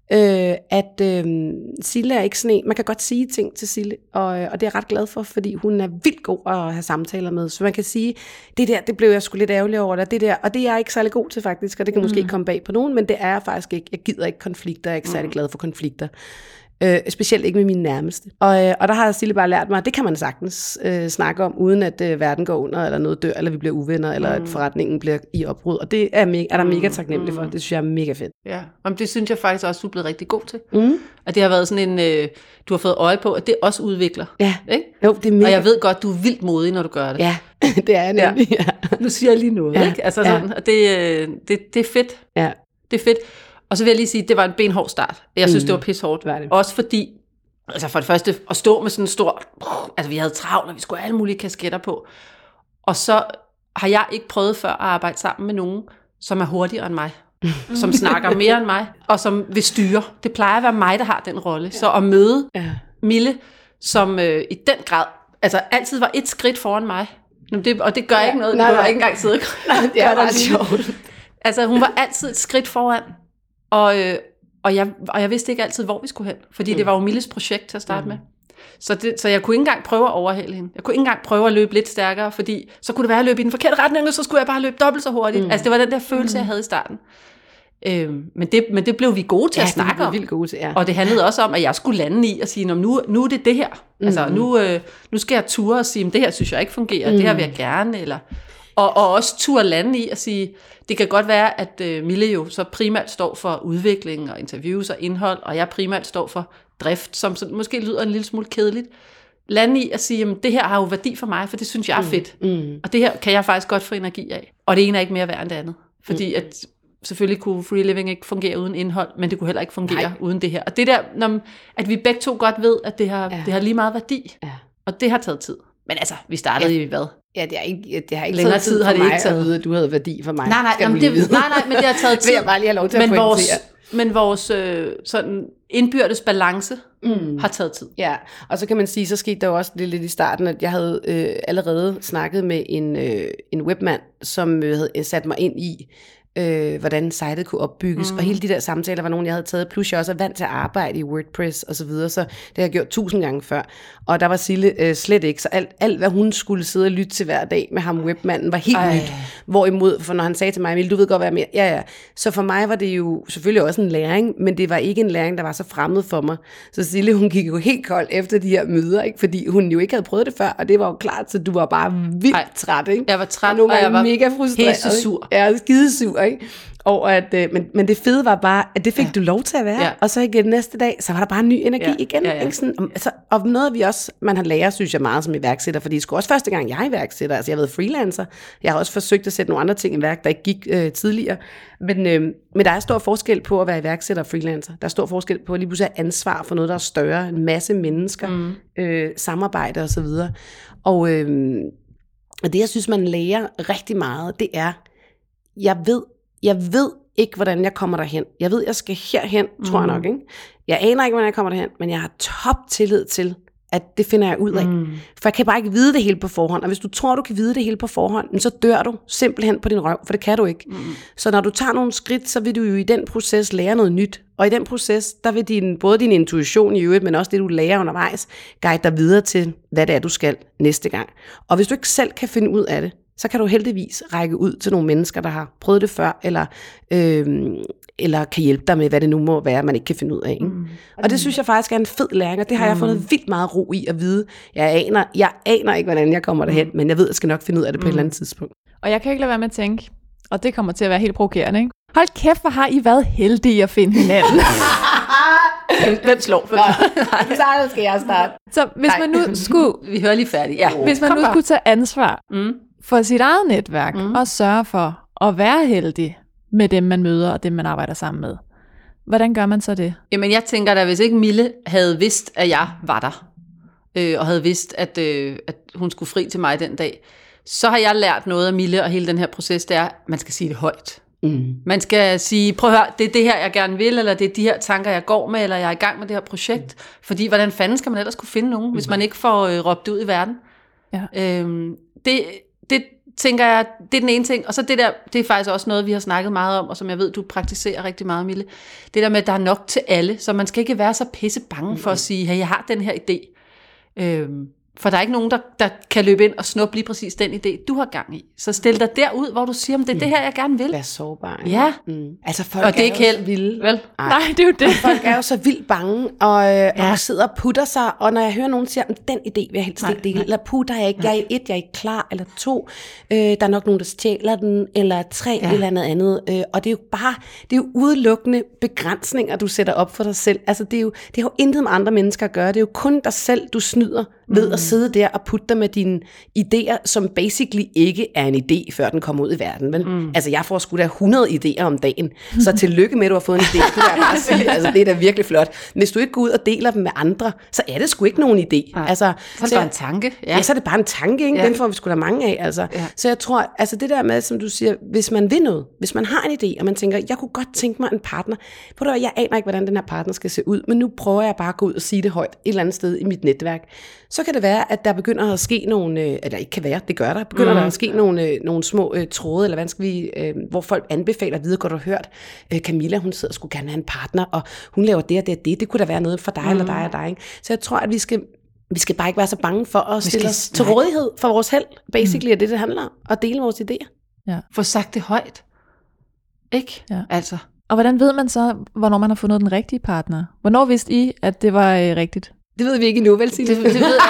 at Sille er ikke sådan en. Man kan godt sige ting til Sille, og det er jeg ret glad for, fordi hun er vildt god at have samtaler med. Så man kan sige, det blev jeg sgu lidt ærgerlig over, og det er jeg ikke særlig god til faktisk, og det kan måske komme bag på nogen, men det er jeg faktisk ikke. Jeg gider ikke konflikter, jeg er ikke særlig glad for konflikter. Specielt ikke med mine nærmeste. Og der har Sille bare lært mig, at det kan man sagtens snakke om, uden at verden går under, eller noget dør, eller vi bliver uvenner, eller at forretningen bliver i opbrud. Og det er der mega taknemmelig for. Det synes jeg er mega fedt. Ja, og det synes jeg faktisk også, du er blevet rigtig god til. At det har været sådan en, du har fået øje på, at det også udvikler. Ja, ikke? Jo, det er mega. Og jeg ved godt, du er vildt modig, når du gør det. Ja, det er jeg nemlig. Ja. Nu siger jeg lige noget, ikke? Altså sådan, og det er fedt. Ja. Det er fedt. Og så vil jeg lige sige, at det var en benhård start. Jeg synes, det var pishårdt. Også fordi, altså for det første, at stå med sådan en stor, altså vi havde travlt, og vi skulle have alle mulige kasketter på. Og så har jeg ikke prøvet før at arbejde sammen med nogen, som er hurtigere end mig. Som snakker mere end mig, og som vil styre. Det plejer at være mig, der har den rolle. Så at møde Mille, som i den grad, altså altid var et skridt foran mig. Og det gør ikke noget, det var ikke engang sidde og det er ret sjovt. Altså hun var altid et skridt foran. Og jeg vidste ikke altid, hvor vi skulle hen. Fordi det var jo Milles projekt til at starte med. Så jeg kunne ikke engang prøve at overhale hende. Jeg kunne ikke engang prøve at løbe lidt stærkere, fordi så kunne det være at løbe i den forkerte retning, og så skulle jeg bare løbe dobbelt så hurtigt. Altså det var den der følelse, jeg havde i starten. Men det blev vi gode til at snakke om. Vildt gode til, Og det handlede også om, at jeg skulle lande i og sige, nu er det her. Altså nu skal jeg ture og sige, det her synes jeg ikke fungerer, det her vil jeg gerne, eller... Og også turde lande i at sige, det kan godt være, at Mille jo så primært står for udvikling og interviews og indhold, og jeg primært står for drift, som måske lyder en lille smule kedeligt. Lande i at sige, at det her har jo værdi for mig, for det synes jeg er fedt. Og det her kan jeg faktisk godt få energi af. Og det ene er ikke mere værd end det andet. Fordi at selvfølgelig kunne free living ikke fungere uden indhold, men det kunne heller ikke fungere uden det her. Og det der, at vi begge to godt ved, at det har lige meget værdi. Ja. Og det har taget tid. Men altså, vi startede i hvad? Ja, det har ikke længere tid har det ikke taget. At vide, at du havde værdi for mig. Nej, men det har taget tid. Vil jeg bare lige have lov til at pointere. Men vores sådan indbyrdes balance har taget tid. Ja, og så kan man sige, så skete der jo også lidt i starten, at jeg havde allerede snakket med en webmand, som havde sat mig ind i, hvordan sitet kunne opbygges, og hele de der samtaler var nogle, jeg havde taget, plus jeg også er vant til at arbejde i WordPress og så videre, så det har jeg gjort 1000 gange før, og der var Sille slet ikke, så alt hvad hun skulle sidde og lytte til hver dag med ham webmanden, var helt nyt, hvorimod, for når han sagde til mig, Emil, du ved godt, hvad jeg mere, ja, så for mig var det jo selvfølgelig også en læring, men det var ikke en læring, der var så fremmed for mig, så Sille, hun gik jo helt kold efter de her møder, ikke? Fordi hun jo ikke havde prøvet det før, og det var jo klart, så du var bare vildt træt, ikke? Jeg var træt, og jeg var mega frustreret, helt sur. Ja, skidesur, ikke? Og men det fede var bare, at det fik du lov til at være, og så igen næste dag, så var der bare en ny energi igen. Ikke? Sådan, altså, og noget vi også, man har lært, synes jeg meget som iværksætter, fordi det skulle også første gang, jeg er iværksætter, altså jeg har været freelancer, jeg har også forsøgt at sætte nogle andre ting i værk, der ikke gik tidligere, men der er stor forskel på at være iværksætter og freelancer, der er stor forskel på at lige pludselig have ansvar for noget, der er større, en masse mennesker, samarbejde og så videre, og det jeg synes, man lærer rigtig meget, det er, jeg ved ikke, hvordan jeg kommer derhen. Jeg ved, jeg skal herhen, tror jeg nok, ikke? Jeg aner ikke, hvordan jeg kommer derhen, men jeg har top tillid til, at det finder jeg ud af. For jeg kan bare ikke vide det hele på forhånd. Og hvis du tror, du kan vide det hele på forhånd, så dør du simpelthen på din røv, for det kan du ikke. Så når du tager nogle skridt, så vil du jo i den proces lære noget nyt. Og i den proces, der vil både din intuition i øvrigt, men også det, du lærer undervejs, guide dig videre til, hvad det er, du skal næste gang. Og hvis du ikke selv kan finde ud af det, så kan du heldigvis række ud til nogle mennesker, der har prøvet det før, eller kan hjælpe dig med, hvad det nu må være, man ikke kan finde ud af. Ikke? Og det synes jeg faktisk er en fed læring, og det har jeg fundet vildt meget ro i at vide. Jeg aner ikke, hvordan jeg kommer derhen, men jeg ved, at jeg skal nok finde ud af det på et eller andet tidspunkt. Og jeg kan ikke lade være med at tænke, og det kommer til at være helt provokerende, ikke? Hold kæft, hvor har I været heldige at finde hinanden. Hvem slår? Så skal jeg starte. Så hvis man nu skulle... Vi hører lige færdigt. Ja. Hvis man nu skulle tage ansvar for sit eget netværk, og sørge for at være heldig med dem, man møder, og dem, man arbejder sammen med, hvordan gør man så det? Jamen, jeg tænker da, hvis ikke Mille havde vidst, at jeg var der, og havde vidst, at hun skulle fri til mig den dag, så har jeg lært noget af Mille og hele den her proces, det er, at man skal sige det højt. Man skal sige, prøv at høre, det er det her, jeg gerne vil, eller det er de her tanker, jeg går med, eller jeg er i gang med det her projekt. Fordi hvordan fanden skal man ellers kunne finde nogen, hvis man ikke får råbt det ud i verden? Ja. Det tænker jeg, det er den ene ting. Og så det der, det er faktisk også noget, vi har snakket meget om, og som jeg ved, du praktiserer rigtig meget, Mille. Det der med, at der er nok til alle, så man skal ikke være så pisse bange for at sige, hey, jeg har den her idé. For der er ikke nogen, der kan løbe ind og snuppe lige præcis den idé, du har gang i. Så stil dig derud, hvor du siger, det er det her, jeg gerne vil. Vær sårbar. Ja. Altså folk og det er ikke helt vilde. Vel? Nej, det er jo det. Folk er jo så vildt bange, og sidder og putter sig, og når jeg hører nogen sige, den idé vil jeg helst ikke dele, eller putter jeg ikke, jeg er ikke klar, eller 2, der er nok nogen, der stjæler den, eller 3, eller andet. Og det er jo bare, det er jo udelukkende begrænsninger, du sætter op for dig selv. Altså det har jo intet med andre mennesker at gøre, det er jo kun dig selv, du snyder ved at sidde der og putte dig med dine idéer, som basically ikke er en idé, før den kommer ud i verden. Vel? Altså, jeg får sgu da 100 idéer om dagen, så tillykke med, at du har fået en idé. Det vil jeg bare sige. Altså, det er da virkelig flot. Hvis du ikke går ud og deler dem med andre, så er det sgu ikke nogen idé. Altså, så er det bare en tanke. Ja, så er det bare en tanke, ikke? Den får vi sgu da mange af. Altså. Ja. Så jeg tror, altså det der med, som du siger, hvis man vil noget, hvis man har en idé, og man tænker, jeg kunne godt tænke mig en partner, jeg aner ikke, hvordan den her partner skal se ud, men nu prøver jeg bare at gå ud og sige det højt et eller andet sted i mit netværk. Så kan det være, at der begynder at ske nogle, eller ikke kan være, det gør der, begynder der at ske nogle små tråde, eller hvad skal vi, hvor folk anbefaler videre, godt du hørt, Camilla, hun sidder og skulle gerne have en partner, og hun laver det og det og det kunne da være noget for dig eller dig og dig, ikke? Så jeg tror, at vi skal bare ikke være så bange for at stille os til rådighed for vores held, basically er det handler om, og dele vores idéer. Ja. Få sagt det højt. Ikke? Ja. Altså. Og hvordan ved man så, hvornår man har fundet den rigtige partner? Hvornår vidste I, at det var rigtigt? Det ved vi ikke endnu, vel, Signe? Det ved jeg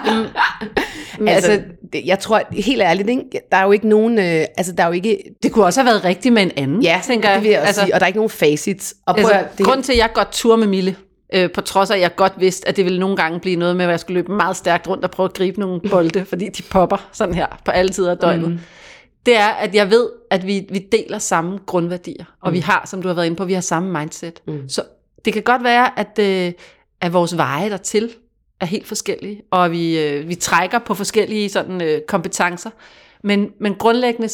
ikke. Altså, jeg tror, helt ærligt, ikke? Der er jo ikke nogen, der er jo ikke... Det kunne også have været rigtigt med en anden, tænker jeg. Det vil jeg også sige, og der er ikke nogen facits. Og grunden til, at jeg godt tur med Mille, på trods af, at jeg godt vidste, at det ville nogle gange blive noget med, at jeg skulle løbe meget stærkt rundt og prøve at gribe nogle bolde, fordi de popper sådan her på alle tider af døgnet. Det er, at jeg ved, at vi deler samme grundværdier, og vi har, som du har været inde på, vi har samme mindset. Så det kan godt være, at vores veje dertil er helt forskellige, og vi trækker på forskellige sådan, kompetencer, men grundlæggende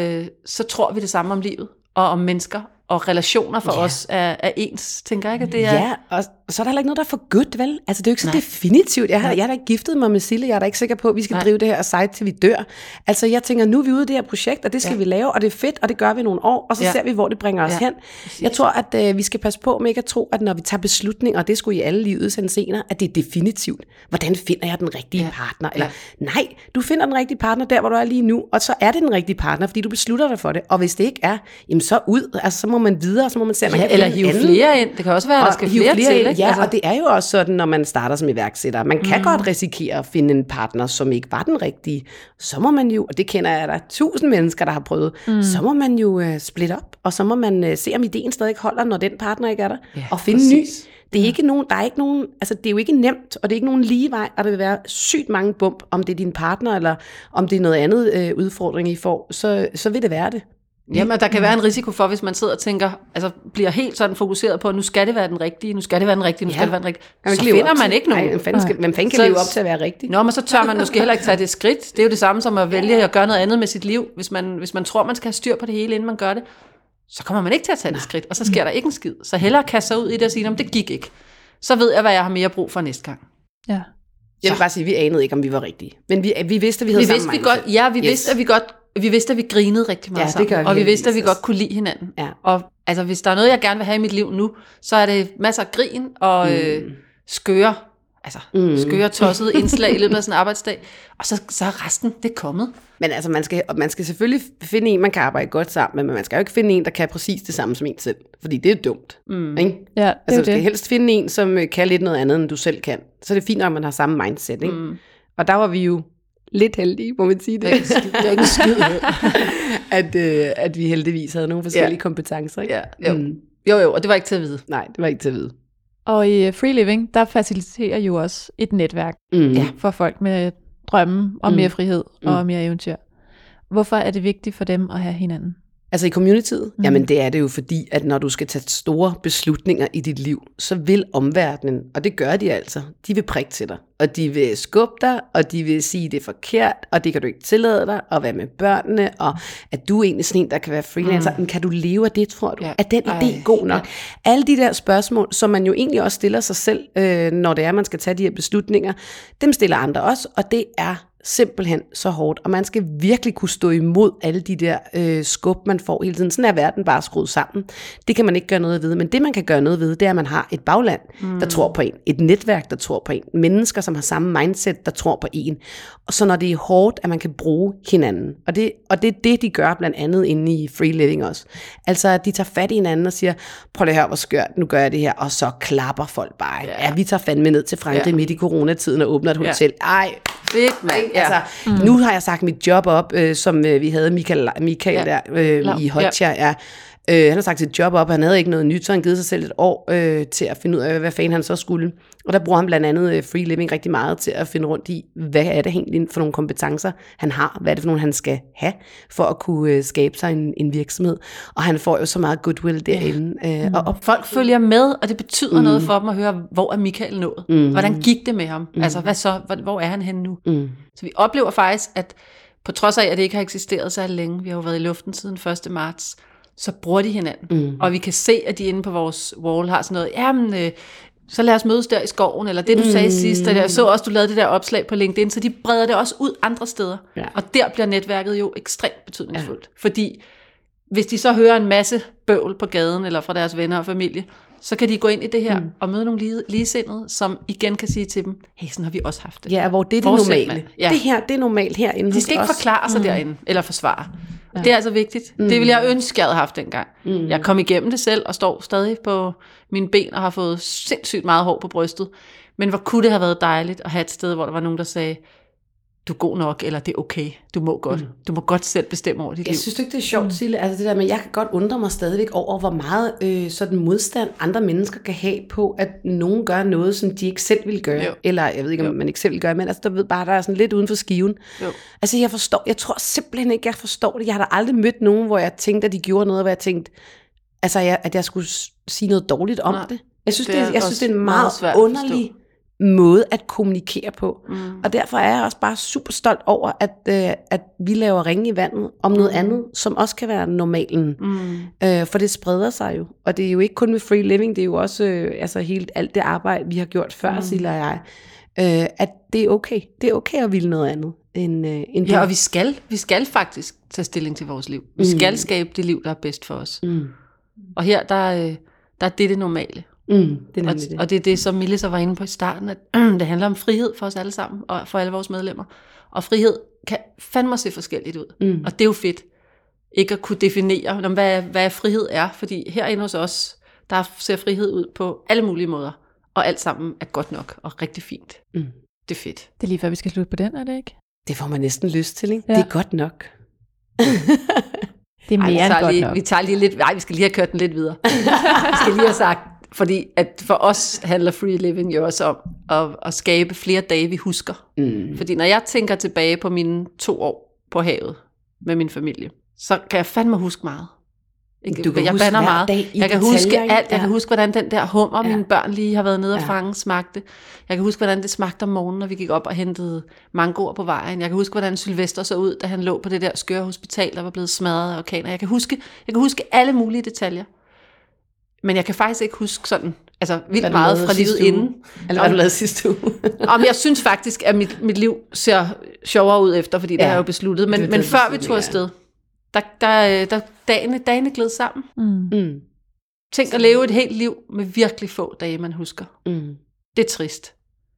så tror vi det samme om livet, og om mennesker, og relationer for os er ens, tænker jeg ikke, at det er... Ja, og så er der heller ikke noget, der er for godt, vel? Altså, det er jo ikke så definitivt. Jeg har da ikke giftet mig med Sille, jeg er da ikke sikker på, at vi skal drive det her site, til vi dør. Altså, jeg tænker, nu er vi ude i det her projekt, og det skal vi lave, og det er fedt, og det gør vi nogle år, og så ser vi, hvor det bringer os hen. Jeg tror, at vi skal passe på med ikke at tro, at når vi tager beslutninger, og det skulle i alle livets henseender, at det er definitivt. Hvordan finder jeg den rigtige partner? Eller nej, du finder den rigtige partner der, hvor du er lige nu, og så er det den rigtige partner, fordi du beslutter dig for det. Og hvis det ikke er, jamen så ud, altså så må man videre, så må man se, man kan eller hive flere ind. Det kan også være, at der skal flere til, ikke? Ja, og det er jo også sådan, når man starter som iværksætter. Man kan godt risikere at finde en partner, som ikke var den rigtige. Så må man jo, og det kender jeg, der er 1000 mennesker, der har prøvet, så må man jo splitte op, og så må man se, om ideen stadig holder, når den partner ikke er der, og finde en ny. Det er ikke nogen, der er ikke nogen, altså det er jo ikke nemt, og det er ikke nogen lige vej, og der vil være sygt mange bump, om det er din partner, eller om det er noget andet udfordring, I får, så vil det være det. Jamen, der kan være en risiko for, hvis man sidder og tænker, altså bliver helt sådan fokuseret på, at nu skal det være den rigtige, nu skal det være den rigtige, så finder man ikke nogen. Hvem fanden kan leve op til at være rigtig? Nå, men så tør man måske heller ikke tage det skridt. Det er jo det samme som at vælge at gøre noget andet med sit liv. Hvis man tror, man skal have styr på det hele, inden man gør det, så kommer man ikke til at tage det skridt, og så sker der ikke en skid. Så hellere kaste sig ud i det og sige, det gik ikke. Så ved jeg, hvad jeg har mere brug for næste gang. Ja. Jeg vil bare sige, at vi anede ikke, om vi var rigtige. Men vi vidste, at vi havde samme mindset. Vi vidste, at vi grinede rigtig meget sammen, og vi vidste, at vi godt kunne lide hinanden. Ja. Og altså, hvis der er noget, jeg gerne vil have i mit liv nu, så er det masser af grin og skøre tossede indslag i løbet af sådan en arbejdsdag. Og så er resten, det er kommet. Men altså, man skal selvfølgelig finde en, man kan arbejde godt sammen med, men man skal jo ikke finde en, der kan præcis det samme som en selv. Fordi det er dumt. Ikke? Ja, altså, du skal helst finde en, som kan lidt noget andet, end du selv kan. Så er det fint, at man har samme mindset. Ikke? Og der var vi jo lidt heldige, må man sige det. Det er ikke skid. At vi heldigvis havde nogle forskellige kompetencer. Ikke? Ja, jo, og det var ikke til at vide. Nej, det var ikke til at vide. Og i Free Living, der faciliterer jo også et netværk for folk med drømme om mere frihed og mere eventyr. Hvorfor er det vigtigt for dem at have hinanden? Altså i communityet? Jamen det er det jo fordi, at når du skal tage store beslutninger i dit liv, så vil omverdenen, og det gør de altså, de vil prikke til dig. Og de vil skubbe dig, og de vil sige, det er forkert, og det kan du ikke tillade dig, og hvad med børnene, og at du er egentlig sådan en, der kan være freelancer. Men kan du leve af det, tror du? Ja. Er den idé god nok? Ja. Alle de der spørgsmål, som man jo egentlig også stiller sig selv, når det er, man skal tage de her beslutninger, dem stiller andre også, og det er simpelthen så hårdt, og man skal virkelig kunne stå imod alle de der skub, man får hele tiden. Sådan er verden bare skruet sammen. Det kan man ikke gøre noget ved, men det man kan gøre noget ved, det er, at man har et bagland, der tror på en, et netværk, der tror på en, mennesker, som har samme mindset, der tror på en. Og så når det er hårdt, at man kan bruge hinanden. Og det er det, de gør blandt andet inde i Free Living også. Altså, at de tager fat i hinanden og siger, prøv lige at høre, hvor skørt, nu gør jeg det her, og så klapper folk bare. Ja, vi tager fandme ned til Frankrig midt i coronatiden og åbner et hotel. Ej, fedt, mand. Altså, nu har jeg sagt mit job op, som vi havde Michael der i Hotjar. Han har sagt sit job op, han havde ikke noget nyt, så han givet sig selv et år til at finde ud af, hvad fanden han så skulle. Og der bruger han blandt andet Free Living rigtig meget til at finde rundt i, hvad er det egentlig for nogle kompetencer, han har, hvad er det for nogle, han skal have, for at kunne skabe sig en virksomhed. Og han får jo så meget goodwill derinde. Og folk følger med, og det betyder noget for dem at høre, hvor er Michael nået? Hvordan gik det med ham? Altså, hvad så? Hvor er han henne nu? Så vi oplever faktisk, at på trods af, at det ikke har eksisteret så længe, vi har jo været i luften siden 1. marts, så bruger de hinanden. Og vi kan se, at de inde på vores wall har sådan noget, jamen, så lad os mødes der i skoven, eller det du sagde sidst, og jeg så også, du lavede det der opslag på LinkedIn, så de breder det også ud andre steder. Ja. Og der bliver netværket jo ekstremt betydningsfuldt. Fordi hvis de så hører en masse bøvl på gaden, eller fra deres venner og familie, så kan de gå ind i det her og møde nogle ligesindede, som igen kan sige til dem, hey, sådan har vi også haft det. Ja, hvor det er det normale. Ja. Det her, det er normalt herinde. De skal ikke forklare sig derinde, eller forsvare. Ja. Det er altså vigtigt. Det ville jeg ønske, jeg havde haft dengang. Jeg kom igennem det selv, og står stadig på mine ben, og har fået sindssygt meget hår på brystet. Men hvor kunne det have været dejligt at have et sted, hvor der var nogen, der sagde, du er god nok, eller det er okay, du må godt. Du må godt selv bestemme over dit liv. Jeg synes ikke, det er sjovt, Sille. Altså det der med, jeg kan godt undre mig stadigvæk over, hvor meget sådan modstand andre mennesker kan have på, at nogen gør noget, som de ikke selv vil gøre. Jo. Eller jeg ved ikke, om man ikke selv vil gøre, men altså, der er sådan lidt uden for skiven. Jo. Altså jeg tror simpelthen ikke, jeg forstår det. Jeg har da aldrig mødt nogen, hvor jeg tænkte, at de gjorde noget, hvor jeg tænkte, altså at jeg skulle sige noget dårligt om det. Jeg synes, det er en meget underlig måde at kommunikere på. Og derfor er jeg også bare super stolt over, at vi laver ringe i vandet om noget andet, som også kan være normalen. For det spreder sig jo. Og det er jo ikke kun med Free Living, det er jo også alt det arbejde, vi har gjort før, Silla og jeg, at det er okay. Det er okay at ville noget andet. End ja, og vi skal faktisk tage stilling til vores liv. Vi skal skabe det liv, der er bedst for os. Og her, der er det normale. Og det er det, som Mille så var inde på i starten, at det handler om frihed for os alle sammen, og for alle vores medlemmer. Og frihed kan fandme se forskelligt ud. Og det er jo fedt, ikke at kunne definere, hvad frihed er, fordi herinde hos os, der ser frihed ud på alle mulige måder, og alt sammen er godt nok, og rigtig fint. Det er fedt. Det er lige før, vi skal slutte på den, er det ikke? Det får man næsten lyst til, ikke? Ja. Det er godt nok. Det er mere end godt nok. Vi tager lige lidt, vi skal lige have kørt den lidt videre. Vi skal lige have sagt, fordi at for os handler Free Living jo også om at skabe flere dage, vi husker. Fordi når jeg tænker tilbage på mine 2 år på havet med min familie, så kan jeg fandme huske meget. Jeg bander meget. Jeg kan huske alt. Jeg kan huske, hvordan den der hummer, mine børn lige har været nede og fange, smagte. Jeg kan huske, hvordan det smagte om morgenen, når vi gik op og hentede mangoer på vejen. Jeg kan huske, hvordan Sylvester så ud, da han lå på det der skøre hospital, der var blevet smadret af orkaner. Jeg kan huske alle mulige detaljer. Men jeg kan faktisk ikke huske sådan, altså vildt meget fra livet inden. Eller hvad du lavede sidste uge? Jeg synes faktisk, at mit liv ser sjovere ud efter, fordi det har jeg jo besluttet. Men før vi tog afsted, der dagene gled sammen. Tænk at leve et helt liv med virkelig få dage, man husker. Det er trist.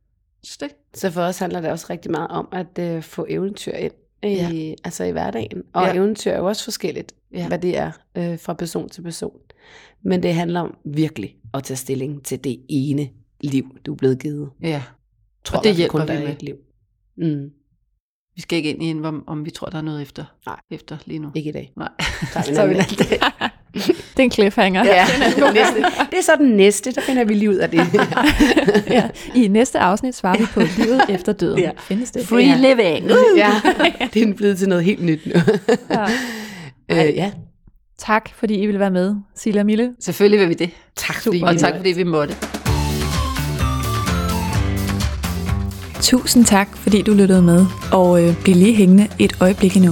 Så for os handler det også rigtig meget om at få eventyr ind i hverdagen. Og eventyr er jo også forskelligt, hvad det er fra person til person. Men det handler om virkelig at tage stilling til det ene liv, du er blevet givet. Ja, og det hjælper vi med. Et liv. Vi skal ikke ind i om vi tror, der er noget efter lige nu. Ikke i dag. Nej. Så vi det. Det er en cliffhanger. Ja, det er så den næste, der finder vi lige ud af det. Ja. I næste afsnit svarer vi på livet efter døden. Ja. Findes det? Free living. Ja, det er blevet til noget helt nyt nu. Ja. Tak, fordi I ville være med, Sille og Mille. Selvfølgelig vil vi det. Tak fordi Og tak fordi vi måtte. Tusind tak, fordi du lyttede med, og bliv lige hængende et øjeblik endnu.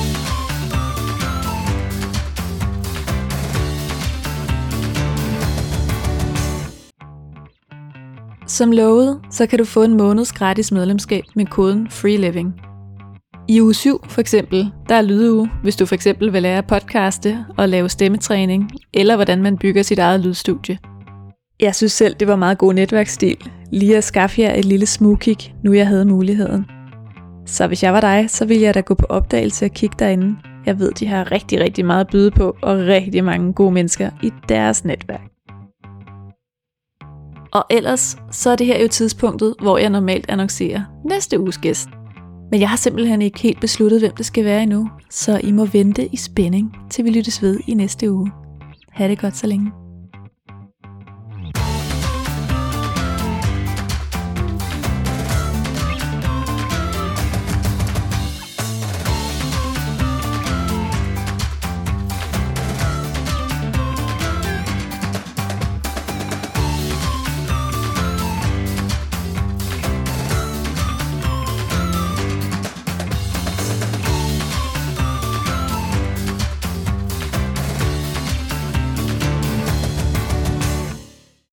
Som lovet, så kan du få en måneds gratis medlemskab med koden FREELIVING. I uge 7 for eksempel, der er lyduge, hvis du for eksempel vil lære at podcaste og lave stemmetræning, eller hvordan man bygger sit eget lydstudie. Jeg synes selv, det var meget god netværksstil, lige at skaffe jer et lille smugkig, nu jeg havde muligheden. Så hvis jeg var dig, så ville jeg da gå på opdagelse og kigge derinde. Jeg ved, de har rigtig, rigtig meget at byde på, og rigtig mange gode mennesker i deres netværk. Og ellers, så er det her jo tidspunktet, hvor jeg normalt annoncerer næste uges gæst. Men jeg har simpelthen ikke helt besluttet, hvem det skal være endnu, så I må vente i spænding, til vi lyttes ved i næste uge. Ha' det godt så længe.